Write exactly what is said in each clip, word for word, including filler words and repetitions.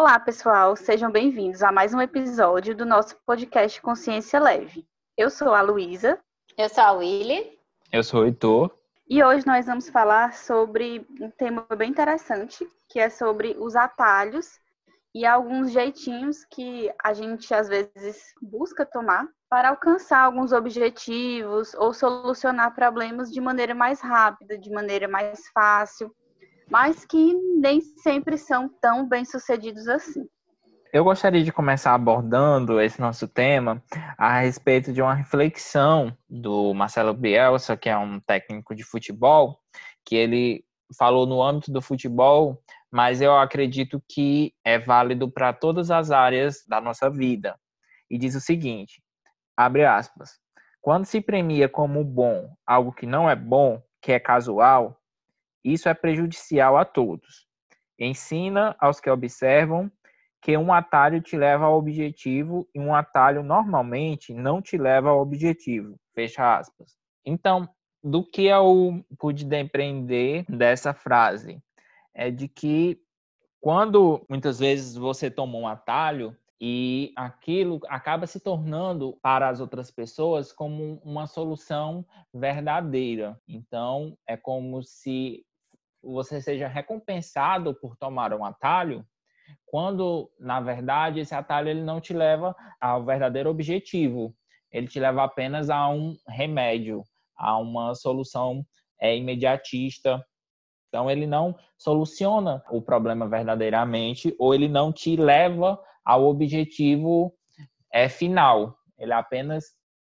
Olá, pessoal, sejam bem-vindos a mais um episódio do nosso podcast Consciência Leve. Eu sou a Luísa. Eu sou a Willy. Eu sou o Heitor. E hoje nós vamos falar sobre um tema bem interessante, que é sobre os atalhos e alguns jeitinhos que a gente às vezes busca tomar para alcançar alguns objetivos ou solucionar problemas de maneira mais rápida, de maneira mais fácil, mas que nem sempre são tão bem-sucedidos assim. Eu gostaria de começar abordando esse nosso tema a respeito de uma reflexão do Marcelo Bielsa, que é um técnico de futebol, que ele falou no âmbito do futebol, mas eu acredito que é válido para todas as áreas da nossa vida. E diz o seguinte, abre aspas, quando se premia como bom algo que não é bom, que é casual, isso é prejudicial a todos. Ensina aos que observam que um atalho te leva ao objetivo e um atalho normalmente não te leva ao objetivo. Fecha aspas. Então, do que eu pude depreender dessa frase? É de que quando muitas vezes você toma um atalho e aquilo acaba se tornando para as outras pessoas como uma solução verdadeira. Então, é como se você seja recompensado por tomar um atalho, quando, na verdade, esse atalho ele não te leva ao verdadeiro objetivo. Ele te leva apenas a um remédio, a uma solução é, imediatista. Então, ele não soluciona o problema verdadeiramente ou ele não te leva ao objetivo é, final. Ele apenas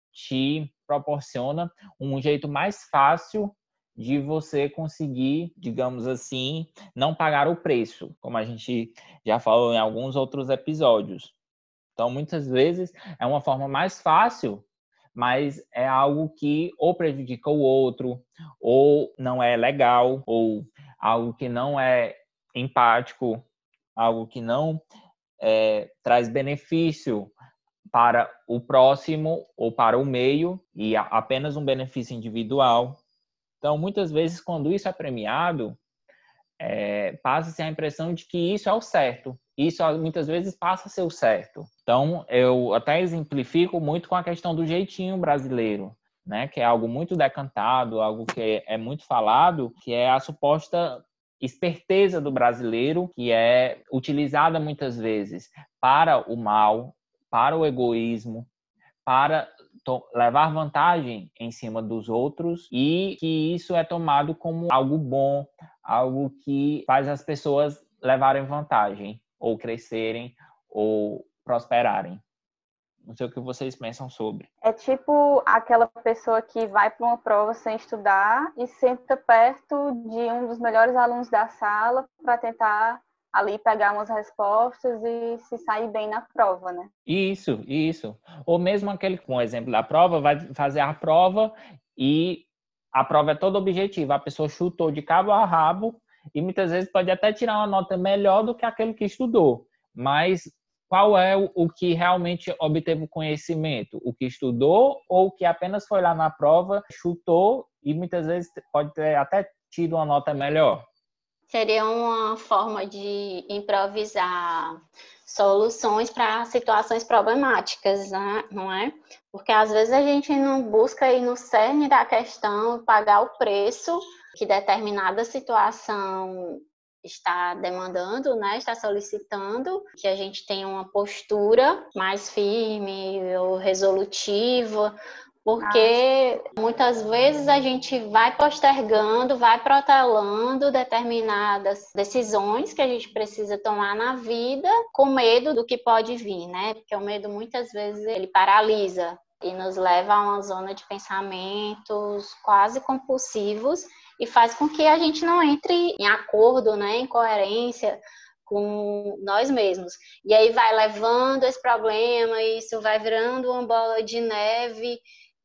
te proporciona um jeito mais fácil de você conseguir, digamos assim, não pagar o preço, como a gente já falou em alguns outros episódios. Então, muitas vezes, é uma forma mais fácil, mas é algo que ou prejudica o outro, ou não é legal, ou algo que não é empático, algo que não é, traz benefício para o próximo ou para o meio, e apenas um benefício individual. Então, muitas vezes, quando isso é premiado, é, passa-se a impressão de que isso é o certo. Isso, muitas vezes, passa a ser o certo. Então, eu até exemplifico muito com a questão do jeitinho brasileiro, né? Que é algo muito decantado, algo que é muito falado, que é a suposta esperteza do brasileiro, que é utilizada muitas vezes para o mal, para o egoísmo, para levar vantagem em cima dos outros e que isso é tomado como algo bom, algo que faz as pessoas levarem vantagem, ou crescerem, ou prosperarem. Não sei o que vocês pensam sobre. É tipo aquela pessoa que vai para uma prova sem estudar e senta perto de um dos melhores alunos da sala para tentar ali pegar umas respostas e se sair bem na prova, né? Isso, isso. Ou mesmo aquele, com o exemplo da prova, vai fazer a prova e a prova é toda objetiva. A pessoa chutou de cabo a rabo e muitas vezes pode até tirar uma nota melhor do que aquele que estudou. Mas qual é o que realmente obteve o conhecimento? O que estudou ou o que apenas foi lá na prova, chutou e muitas vezes pode ter até tido uma nota melhor? Seria uma forma de improvisar soluções para situações problemáticas, né? Não é? Porque às vezes a gente não busca ir no cerne da questão, pagar o preço que determinada situação está demandando, né? Está solicitando que a gente tenha uma postura mais firme ou resolutiva, porque muitas vezes a gente vai postergando, vai protelando determinadas decisões que a gente precisa tomar na vida com medo do que pode vir, né? Porque o medo muitas vezes ele paralisa e nos leva a uma zona de pensamentos quase compulsivos e faz com que a gente não entre em acordo, né? Em coerência com nós mesmos. E aí vai levando esse problema, isso vai virando uma bola de neve.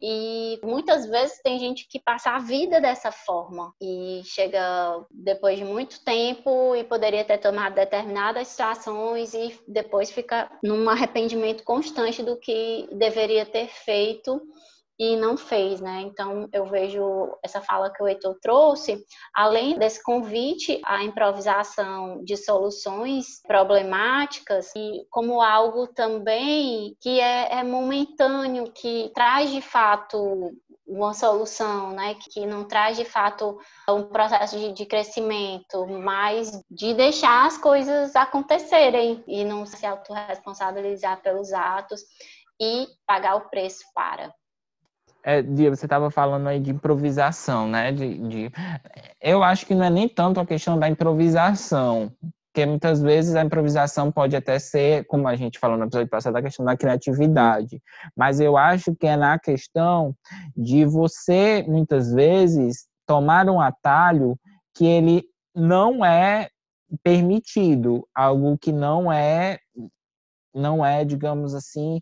E muitas vezes tem gente que passa a vida dessa forma e chega depois de muito tempo e poderia ter tomado determinadas situações e depois fica num arrependimento constante do que deveria ter feito e não fez, né? Então, eu vejo essa fala que o Heitor trouxe, além desse convite à improvisação de soluções problemáticas, e como algo também que é, é momentâneo, que traz de fato uma solução, né, que não traz de fato um processo de, de crescimento, mas de deixar as coisas acontecerem e não se autorresponsabilizar pelos atos e pagar o preço para. É, Dia, você estava falando aí de improvisação, né? De, de... Eu acho que não é nem tanto a questão da improvisação, porque muitas vezes a improvisação pode até ser, como a gente falou no episódio passado, a questão da criatividade. Mas eu acho que é na questão de você, muitas vezes, tomar um atalho que ele não é permitido, algo que não é, não é, digamos assim,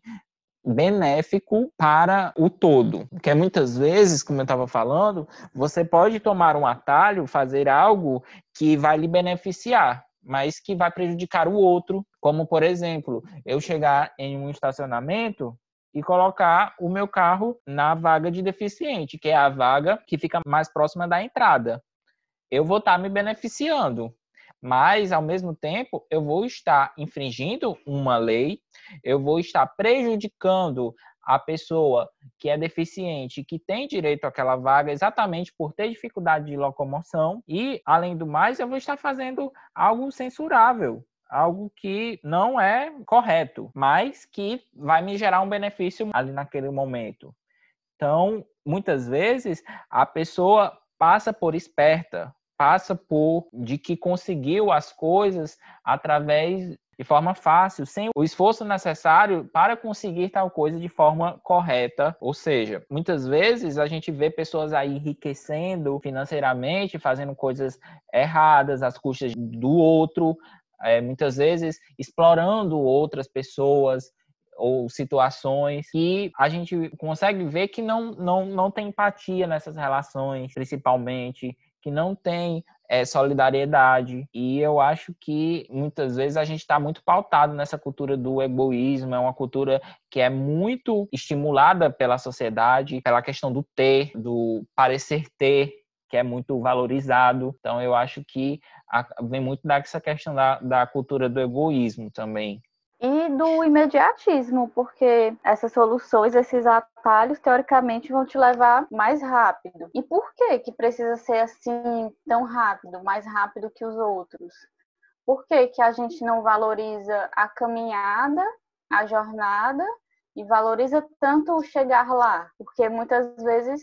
benéfico para o todo. Porque muitas vezes, como eu estava falando, você pode tomar um atalho, fazer algo que vai lhe beneficiar, mas que vai prejudicar o outro. Como, por exemplo, eu chegar em um estacionamento e colocar o meu carro na vaga de deficiente, que é a vaga que fica mais próxima da entrada. Eu vou estar me beneficiando, mas, ao mesmo tempo, eu vou estar infringindo uma lei, eu vou estar prejudicando a pessoa que é deficiente, que tem direito àquela vaga exatamente por ter dificuldade de locomoção e, além do mais, eu vou estar fazendo algo censurável, algo que não é correto, mas que vai me gerar um benefício ali naquele momento. Então, muitas vezes, a pessoa passa por esperta, passa por de que conseguiu as coisas através de forma fácil, sem o esforço necessário para conseguir tal coisa de forma correta. Ou seja, muitas vezes a gente vê pessoas aí enriquecendo financeiramente, fazendo coisas erradas às custas do outro, é, muitas vezes explorando outras pessoas ou situações que a gente consegue ver que não, não, não tem empatia nessas relações, principalmente, que não tem é, solidariedade. E eu acho que muitas vezes a gente está muito pautado nessa cultura do egoísmo, é uma cultura que é muito estimulada pela sociedade, pela questão do ter, do parecer ter, que é muito valorizado. Então eu acho que vem muito dessa questão da, da cultura do egoísmo também. E do imediatismo, porque essas soluções, esses atalhos, teoricamente, vão te levar mais rápido. E por que que precisa ser assim tão rápido, mais rápido que os outros? Por que que a gente não valoriza a caminhada, a jornada, e valoriza tanto o chegar lá? Porque muitas vezes,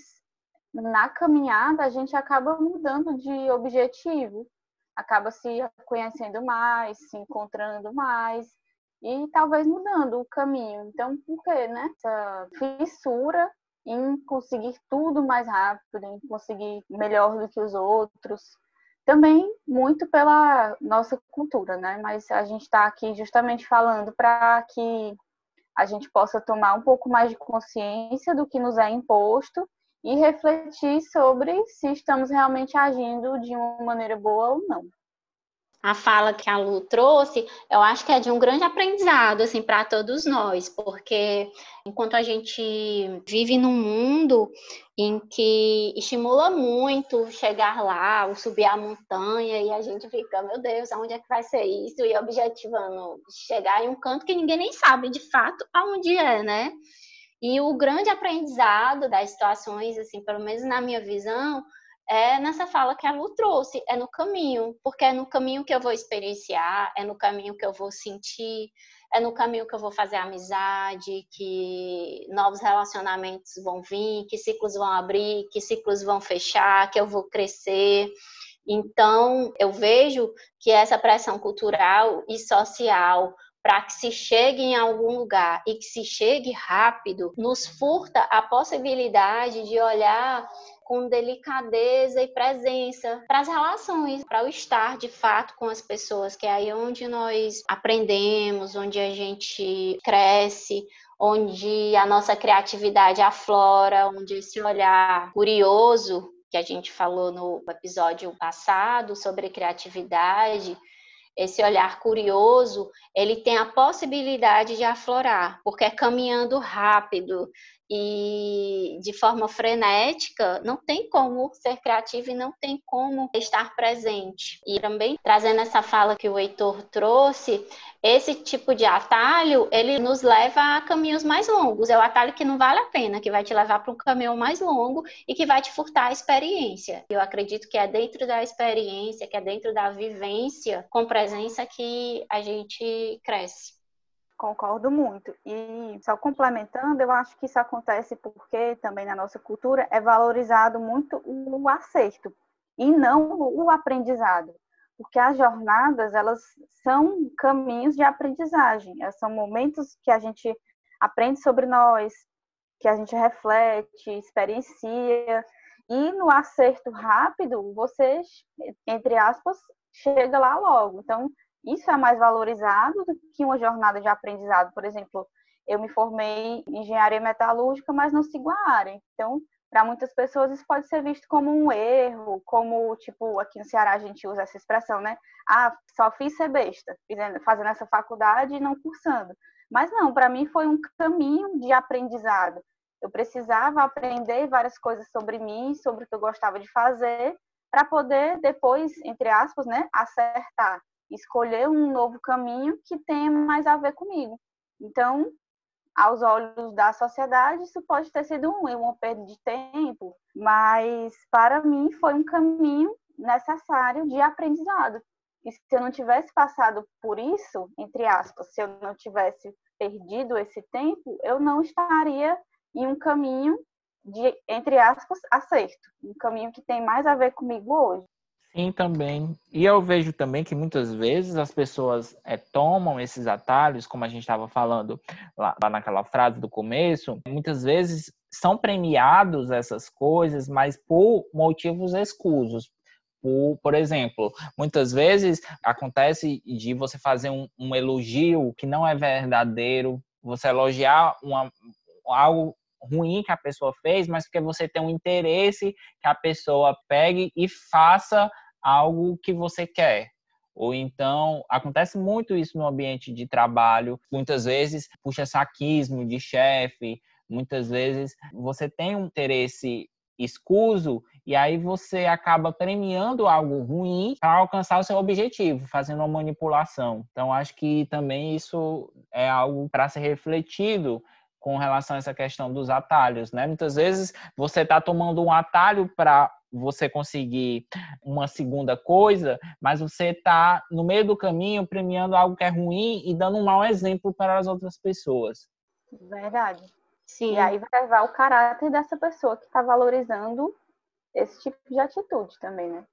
na caminhada, a gente acaba mudando de objetivo, acaba se conhecendo mais, se encontrando mais, e talvez mudando o caminho. Então, por que, né? Essa fissura em conseguir tudo mais rápido, em conseguir melhor do que os outros. Também muito pela nossa cultura, né? Mas a gente está aqui justamente falando para que a gente possa tomar um pouco mais de consciência do que nos é imposto e refletir sobre se estamos realmente agindo de uma maneira boa ou não. A fala que a Lu trouxe, eu acho que é de um grande aprendizado, assim, para todos nós, porque enquanto a gente vive num mundo em que estimula muito chegar lá, ou subir a montanha, e a gente fica, meu Deus, aonde é que vai ser isso? E objetivando chegar em um canto que ninguém nem sabe, de fato, aonde é, né? E o grande aprendizado das situações, assim, pelo menos na minha visão, é nessa fala que a Lu trouxe, é no caminho, porque é no caminho que eu vou experienciar, é no caminho que eu vou sentir, é no caminho que eu vou fazer amizade, que novos relacionamentos vão vir, que ciclos vão abrir, que ciclos vão fechar, que eu vou crescer. Então, eu vejo que essa pressão cultural e social para que se chegue em algum lugar e que se chegue rápido, nos furta a possibilidade de olhar com delicadeza e presença para as relações, para o estar de fato com as pessoas, que é aí onde nós aprendemos, onde a gente cresce, onde a nossa criatividade aflora, onde esse olhar curioso que a gente falou no episódio passado sobre criatividade, esse olhar curioso, ele tem a possibilidade de aflorar, porque é caminhando rápido, e de forma frenética, não tem como ser criativo e não tem como estar presente. E também, trazendo essa fala que o Heitor trouxe, esse tipo de atalho, ele nos leva a caminhos mais longos. É o atalho que não vale a pena, que vai te levar para um caminho mais longo e que vai te furtar a experiência. Eu acredito que é dentro da experiência, que é dentro da vivência com presença que a gente cresce. Concordo muito. E só complementando, eu acho que isso acontece porque também na nossa cultura é valorizado muito o acerto e não o aprendizado. Porque as jornadas, elas são caminhos de aprendizagem. Elas são momentos que a gente aprende sobre nós, que a gente reflete, experiencia. E no acerto rápido, você, entre aspas, chega lá logo. Então, isso é mais valorizado do que uma jornada de aprendizado. Por exemplo, eu me formei em engenharia metalúrgica, mas não sigo a área. Então, para muitas pessoas, isso pode ser visto como um erro, como, tipo, aqui no Ceará a gente usa essa expressão, né? Ah, só fiz ser besta, fazendo essa faculdade e não cursando. Mas não, para mim foi um caminho de aprendizado. Eu precisava aprender várias coisas sobre mim, sobre o que eu gostava de fazer, para poder depois, entre aspas, né, acertar. Escolher um novo caminho que tenha mais a ver comigo. Então, aos olhos da sociedade, isso pode ter sido um, uma perda de tempo, mas para mim foi um caminho necessário de aprendizado. E se eu não tivesse passado por isso, entre aspas, se eu não tivesse perdido esse tempo, eu não estaria em um caminho de, entre aspas, acerto. Um caminho que tem mais a ver comigo hoje. Sim, também. E eu vejo também que muitas vezes as pessoas é, tomam esses atalhos, como a gente estava falando lá, lá naquela frase do começo, muitas vezes são premiados essas coisas, mas por motivos escusos. Por, por exemplo, muitas vezes acontece de você fazer um, um elogio que não é verdadeiro, você elogiar uma, algo ruim que a pessoa fez, mas porque você tem um interesse que a pessoa pegue e faça algo que você quer. Ou então, acontece muito isso no ambiente de trabalho, muitas vezes puxa-saquismo de chefe, muitas vezes você tem um interesse escuso e aí você acaba premiando algo ruim para alcançar o seu objetivo, fazendo uma manipulação. Então, acho que também isso é algo para ser refletido com relação a essa questão dos atalhos, né? Muitas vezes você está tomando um atalho para você conseguir uma segunda coisa, mas você está no meio do caminho premiando algo que é ruim e dando um mau exemplo para as outras pessoas. Verdade. Sim. E aí vai levar o caráter dessa pessoa que está valorizando esse tipo de atitude também, né?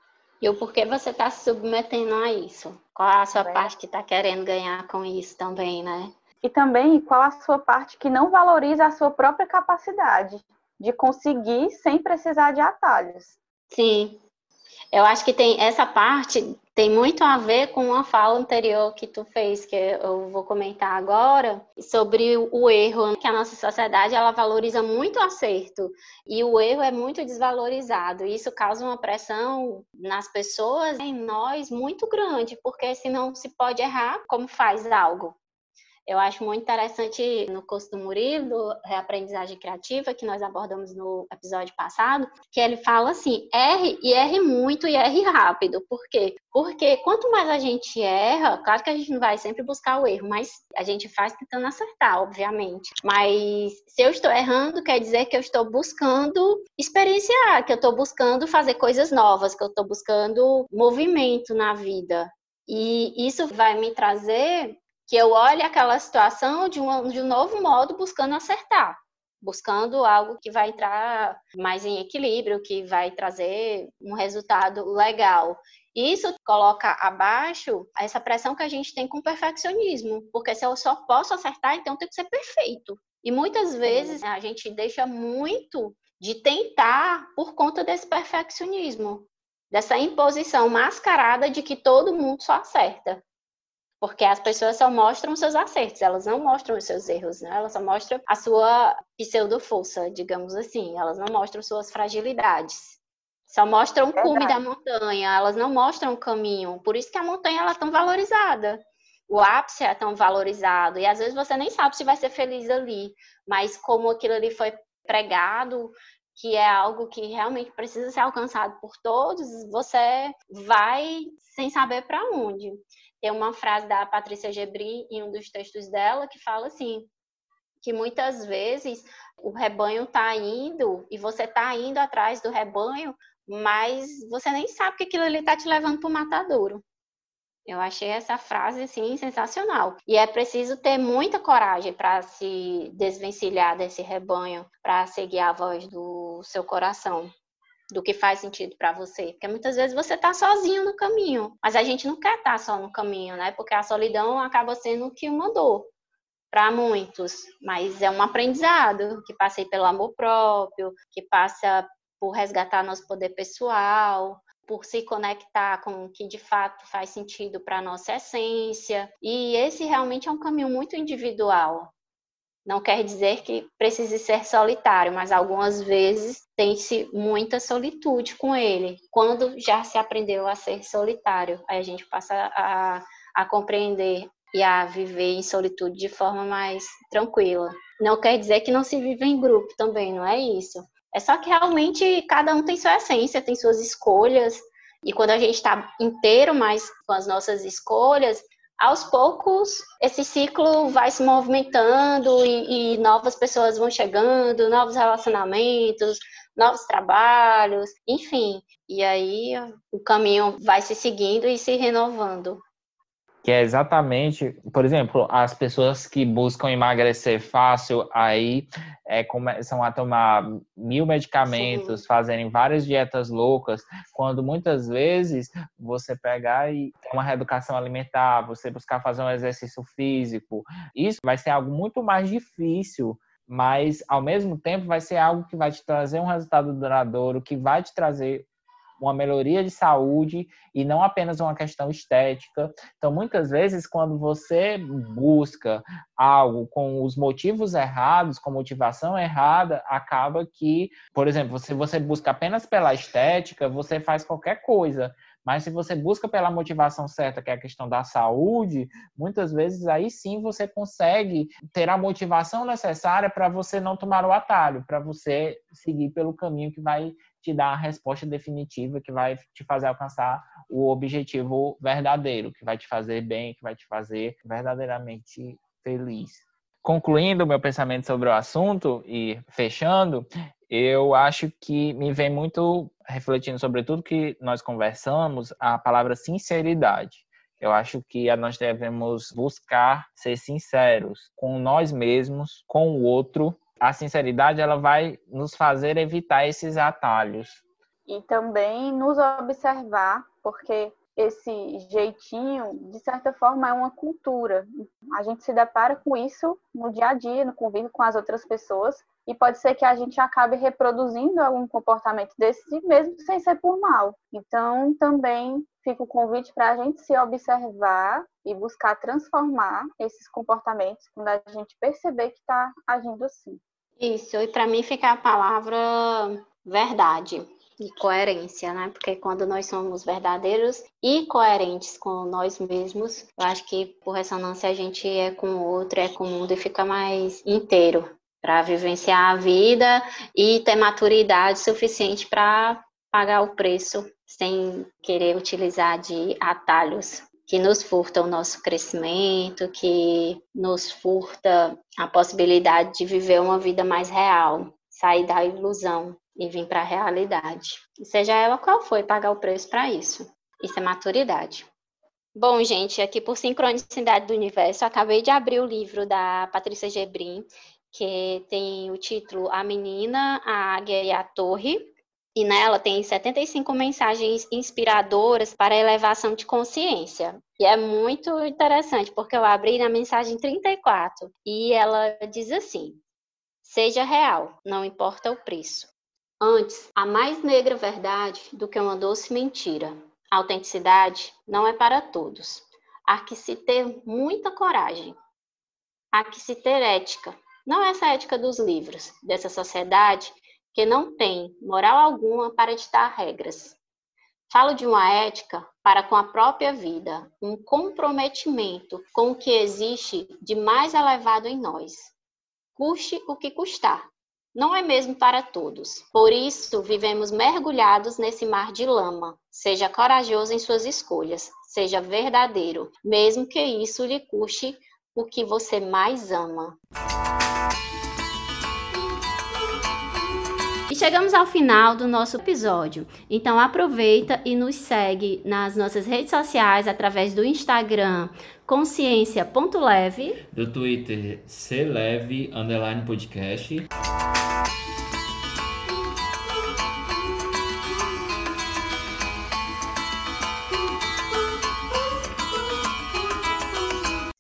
E o porquê você está se submetendo a isso? Qual é a sua Verdade. parte que está querendo ganhar com isso também, né? E também qual a sua parte que não valoriza a sua própria capacidade de conseguir sem precisar de atalhos. Sim, eu acho que tem essa parte tem muito a ver com uma fala anterior que tu fez, que eu vou comentar agora, sobre o erro, que a nossa sociedade ela valoriza muito o acerto e o erro é muito desvalorizado. E isso causa uma pressão nas pessoas, em nós, muito grande, porque se não se pode errar, como faz algo? Eu acho muito interessante no curso do Murilo, Reaprendizagem Criativa, que nós abordamos no episódio passado, que ele fala assim, erre e erre muito e erre rápido. Por quê? Porque quanto mais a gente erra, claro que a gente não vai sempre buscar o erro, mas a gente faz tentando acertar, obviamente. Mas se eu estou errando, quer dizer que eu estou buscando experienciar, que eu estou buscando fazer coisas novas, que eu estou buscando movimento na vida. E isso vai me trazer que eu olhe aquela situação de um, de um novo modo, buscando acertar, buscando algo que vai entrar mais em equilíbrio, que vai trazer um resultado legal. Isso coloca abaixo essa pressão que a gente tem com o perfeccionismo, porque se eu só posso acertar, então tem que ser perfeito. E muitas vezes a gente deixa muito de tentar por conta desse perfeccionismo, dessa imposição mascarada de que todo mundo só acerta. Porque as pessoas só mostram os seus acertos, elas não mostram os seus erros, né? Elas só mostram a sua pseudo-força, digamos assim. Elas não mostram suas fragilidades. Só mostram o cume da montanha, elas não mostram o caminho. Por isso que a montanha ela é tão valorizada. o ápice é tão valorizado. E às vezes você nem sabe se vai ser feliz ali, mas como aquilo ali foi pregado, que é algo que realmente precisa ser alcançado por todos, você vai sem saber para onde. Tem uma frase da Patrícia Gebrim em um dos textos dela que fala assim, que muitas vezes o rebanho está indo e você está indo atrás do rebanho, mas você nem sabe que aquilo ali está te levando para o matadouro. Eu achei essa frase, assim, sensacional. E é preciso ter muita coragem para se desvencilhar desse rebanho, para seguir a voz do seu coração, do que faz sentido para você. Porque muitas vezes você está sozinho no caminho, mas a gente não quer estar só no caminho, né? Porque a solidão acaba sendo o que uma dor para muitos, mas é um aprendizado, que passei pelo amor próprio, que passa por resgatar nosso poder pessoal, por se conectar com o que de fato faz sentido para a nossa essência. E esse realmente é um caminho muito individual. Não quer dizer que precise ser solitário, mas algumas vezes tem-se muita solitude com ele. Quando já se aprendeu a ser solitário, aí a gente passa a, a compreender e a viver em solitude de forma mais tranquila. Não quer dizer que não se vive em grupo também, não é isso. É só que realmente cada um tem sua essência, tem suas escolhas, e quando a gente está inteiro, mas com as nossas escolhas, aos poucos esse ciclo vai se movimentando e, e novas pessoas vão chegando, novos relacionamentos, novos trabalhos, enfim. E aí o caminho vai se seguindo e se renovando. Que é exatamente, por exemplo, as pessoas que buscam emagrecer fácil, aí é, começam a tomar mil medicamentos, Sim. fazerem várias dietas loucas, quando muitas vezes você pegar e ter uma reeducação alimentar, você buscar fazer um exercício físico, isso vai ser algo muito mais difícil, mas ao mesmo tempo vai ser algo que vai te trazer um resultado duradouro, que vai te trazer uma melhoria de saúde e não apenas uma questão estética. Então, muitas vezes, quando você busca algo com os motivos errados, com motivação errada, acaba que, por exemplo, se você busca apenas pela estética, você faz qualquer coisa. Mas se você busca pela motivação certa, que é a questão da saúde, muitas vezes aí sim você consegue ter a motivação necessária para você não tomar o atalho, para você seguir pelo caminho que vai te dar a resposta definitiva, que vai te fazer alcançar o objetivo verdadeiro, que vai te fazer bem, que vai te fazer verdadeiramente feliz. Concluindo o meu pensamento sobre o assunto e fechando, eu acho que me vem muito, refletindo sobre tudo que nós conversamos, a palavra sinceridade. Eu acho que nós devemos buscar ser sinceros com nós mesmos, com o outro. A sinceridade, ela vai nos fazer evitar esses atalhos. E também nos observar, porque esse jeitinho, de certa forma, é uma cultura. A gente se depara com isso no dia a dia, no convívio com as outras pessoas, e pode ser que a gente acabe reproduzindo algum comportamento desse, mesmo sem ser por mal. Então, também fica o convite para a gente se observar e buscar transformar esses comportamentos quando a gente perceber que está agindo assim. Isso, e para mim fica a palavra verdade e coerência, né? Porque quando nós somos verdadeiros e coerentes com nós mesmos, eu acho que por ressonância a gente é com o outro, é com o mundo e fica mais inteiro para vivenciar a vida e ter maturidade suficiente para pagar o preço sem querer utilizar de atalhos que nos furta o nosso crescimento, que nos furta a possibilidade de viver uma vida mais real, sair da ilusão e vir para a realidade. E seja ela qual for, pagar o preço para isso. Isso é maturidade. Bom, gente, aqui por Sincronicidade do Universo, eu acabei de abrir o livro da Patrícia Gebrim, que tem o título A Menina, a Águia e a Torre. E nela tem setenta e cinco mensagens inspiradoras para a elevação de consciência. E é muito interessante, porque eu abri na mensagem trinta e quatro. E ela diz assim: seja real, não importa o preço. Antes, há mais negra verdade do que uma doce mentira. A autenticidade não é para todos. Há que se ter muita coragem. Há que se ter ética. Não essa ética dos livros, dessa sociedade que não tem moral alguma para ditar regras. Falo de uma ética para com a própria vida, um comprometimento com o que existe de mais elevado em nós. Custe o que custar. Não é mesmo para todos. Por isso, vivemos mergulhados nesse mar de lama. Seja corajoso em suas escolhas. Seja verdadeiro, mesmo que isso lhe custe o que você mais ama. E chegamos ao final do nosso episódio. Então aproveita e nos segue nas nossas redes sociais através do Instagram consciência ponto leve, do Twitter celeve underline podcast.